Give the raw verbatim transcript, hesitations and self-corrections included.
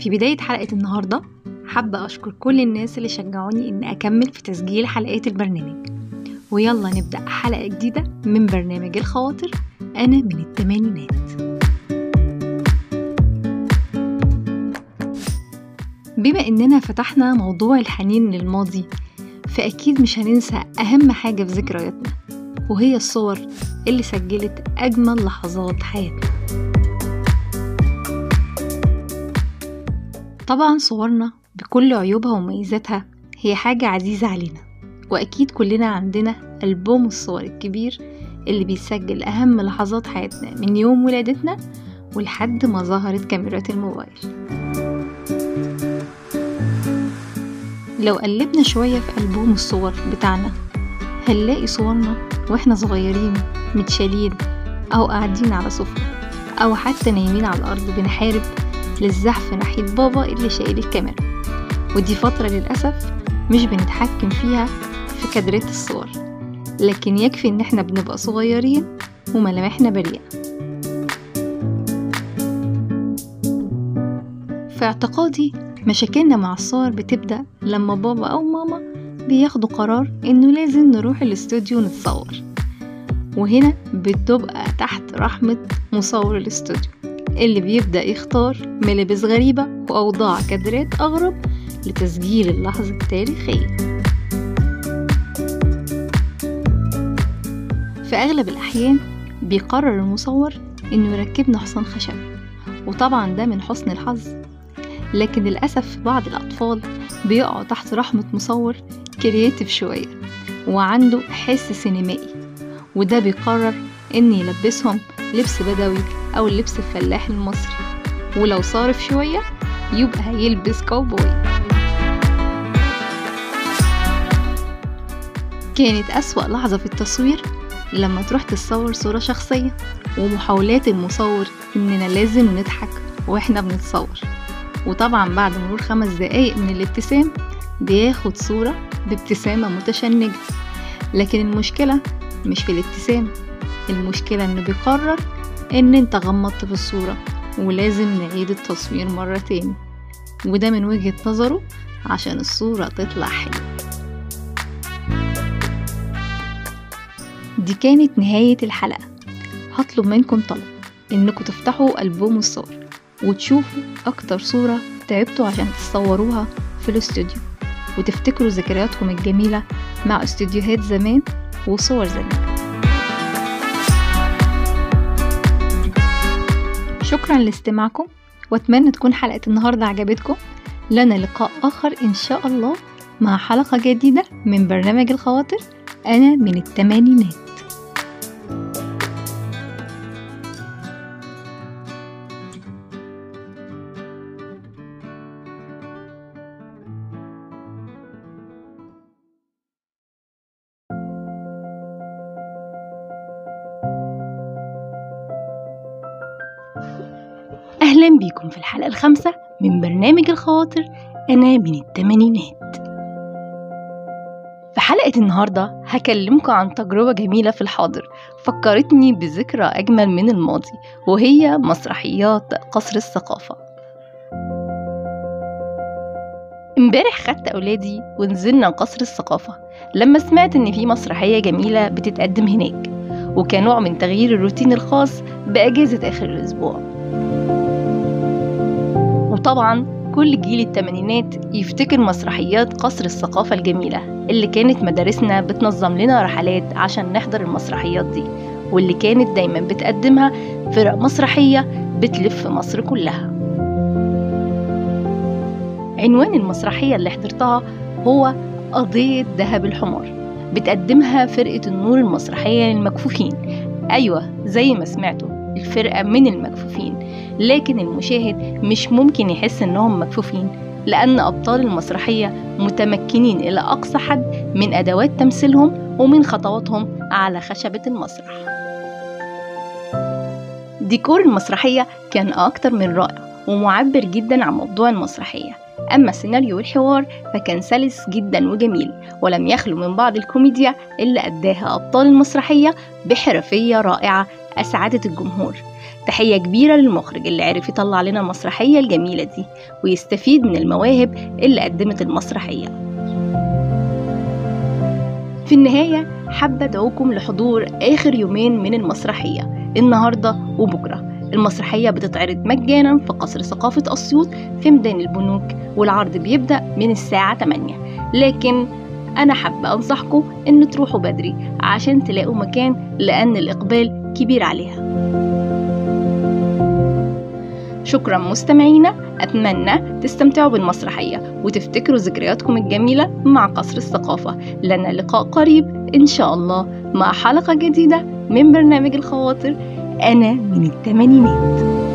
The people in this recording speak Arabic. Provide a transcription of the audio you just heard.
في بداية حلقة النهاردة حابة أشكر كل الناس اللي شجعوني إن أكمل في تسجيل حلقات البرنامج، ويلا نبدأ حلقة جديدة من برنامج الخواطر أنا من التمانينات. بما إننا فتحنا موضوع الحنين للماضي، فأكيد مش هننسى أهم حاجة في ذكرياتنا، وهي الصور اللي سجلت أجمل لحظات حياتنا. طبعا صورنا بكل عيوبها ومميزاتها هي حاجة عزيزة علينا، وأكيد كلنا عندنا ألبوم الصور الكبير اللي بيسجل أهم لحظات حياتنا من يوم ولادتنا ولحد ما ظهرت كاميرات الموبايل. لو قلبنا شوية في ألبوم الصور بتاعنا هنلاقي صورنا وإحنا صغيرين متشالين أو قاعدين على سفرة أو حتى نايمين على الأرض بنحارب للزحف ناحية بابا اللي شايل الكاميرا، ودي فترة للأسف مش بنتحكم فيها في كادرات الصور، لكن يكفي إن إحنا بنبقى صغيرين وملامحنا بريئة. في اعتقادي مشاكلنا مع الصور بتبدأ لما بابا أو ماما بياخدوا قرار إنه لازم نروح الاستوديو نتصور، وهنا بتبقى تحت رحمة مصور الاستوديو اللي بيبدأ يختار ملابس غريبة وأوضاع كادرات أغرب لتسجيل اللحظة التاريخية. في أغلب الأحيان بيقرر المصور إنه يركبنا حصان خشب، وطبعا ده من حسن الحظ، لكن للأسف بعض الأطفال بيقعوا تحت رحمة مصور كرياتيف شوية وعنده حس سينمائي، وده بيقرر إن يلبسهم لبس بدوي أو اللبس الفلاح المصري، ولو صارف شوية يبقى هيلبس كاوبوي. كانت أسوأ لحظة في التصوير لما تروح تصور صورة شخصية ومحاولات المصور إننا لازم نضحك وإحنا بنتصور، وطبعا بعد مرور خمس دقايق من الابتسام بياخد صورة بابتسامة متشنجة. لكن المشكلة مش في الابتسام، المشكلة إنه بيقرر إن انت غمضت في الصورة ولازم نعيد التصوير مرة تاني، وده من وجهة نظره عشان الصورة تطلع حلوة. دي كانت نهاية الحلقة. هطلب منكم طلب إنكم تفتحوا ألبوم الصور وتشوفوا أكتر صورة تعبتوا عشان تصوروها في الاستوديو، وتفتكروا ذكرياتكم الجميلة مع استوديوهات زمان وصور زمان. شكرا لاستماعكم، واتمنى تكون حلقة النهاردة عجبتكم. لنا لقاء آخر إن شاء الله مع حلقة جديدة من برنامج الخواطر أنا من التمانينات. أهلا بيكم في الحلقة الخامسة من برنامج الخواطر أنا من التمانينات. في حلقة النهاردة هكلمكم عن تجربة جميلة في الحاضر فكرتني بذكرى أجمل من الماضي، وهي مسرحيات قصر الثقافة. امبارح خدت أولادي ونزلنا قصر الثقافة لما سمعت إن في مسرحية جميلة بتتقدم هناك، وكنوع من تغيير الروتين الخاص بأجازة آخر الأسبوع. وطبعا كل جيل التمانينات يفتكر مسرحيات قصر الثقافة الجميلة اللي كانت مدارسنا بتنظم لنا رحلات عشان نحضر المسرحيات دي، واللي كانت دايما بتقدمها فرق مسرحية بتلف مصر كلها. عنوان المسرحية اللي حضرتها هو قضية دهب الحمار، بتقدمها فرقة النور المسرحية للمكفوفين. أيوة زي ما سمعتوا، الفرقة من المكفوفين، لكن المشاهد مش ممكن يحس انهم مكفوفين، لان ابطال المسرحية متمكنين الى اقصى حد من ادوات تمثيلهم ومن خطواتهم على خشبة المسرح. ديكور المسرحية كان اكتر من رائع ومعبر جدا عن موضوع المسرحية، اما السيناريو والحوار فكان سلس جدا وجميل، ولم يخلو من بعض الكوميديا اللي اداها ابطال المسرحية بحرفية رائعة اسعدت الجمهور. تحية كبيرة للمخرج اللي عرف يطلع لنا المسرحية الجميلة دي ويستفيد من المواهب اللي قدمت المسرحية. في النهاية حابة أدعوكم لحضور آخر يومين من المسرحية النهاردة وبكرة. المسرحية بتتعرض مجانا في قصر ثقافة أسيوط في ميدان البنوك، والعرض بيبدأ من الساعة تمانية، لكن أنا حابة أنصحكم إن تروحوا بدري عشان تلاقوا مكان لأن الإقبال كبير عليها. شكرا مستمعينا، أتمنى تستمتعوا بالمسرحية وتفتكروا ذكرياتكم الجميلة مع قصر الثقافة. لنا لقاء قريب إن شاء الله مع حلقة جديدة من برنامج الخواطر، أنا من التمانينات.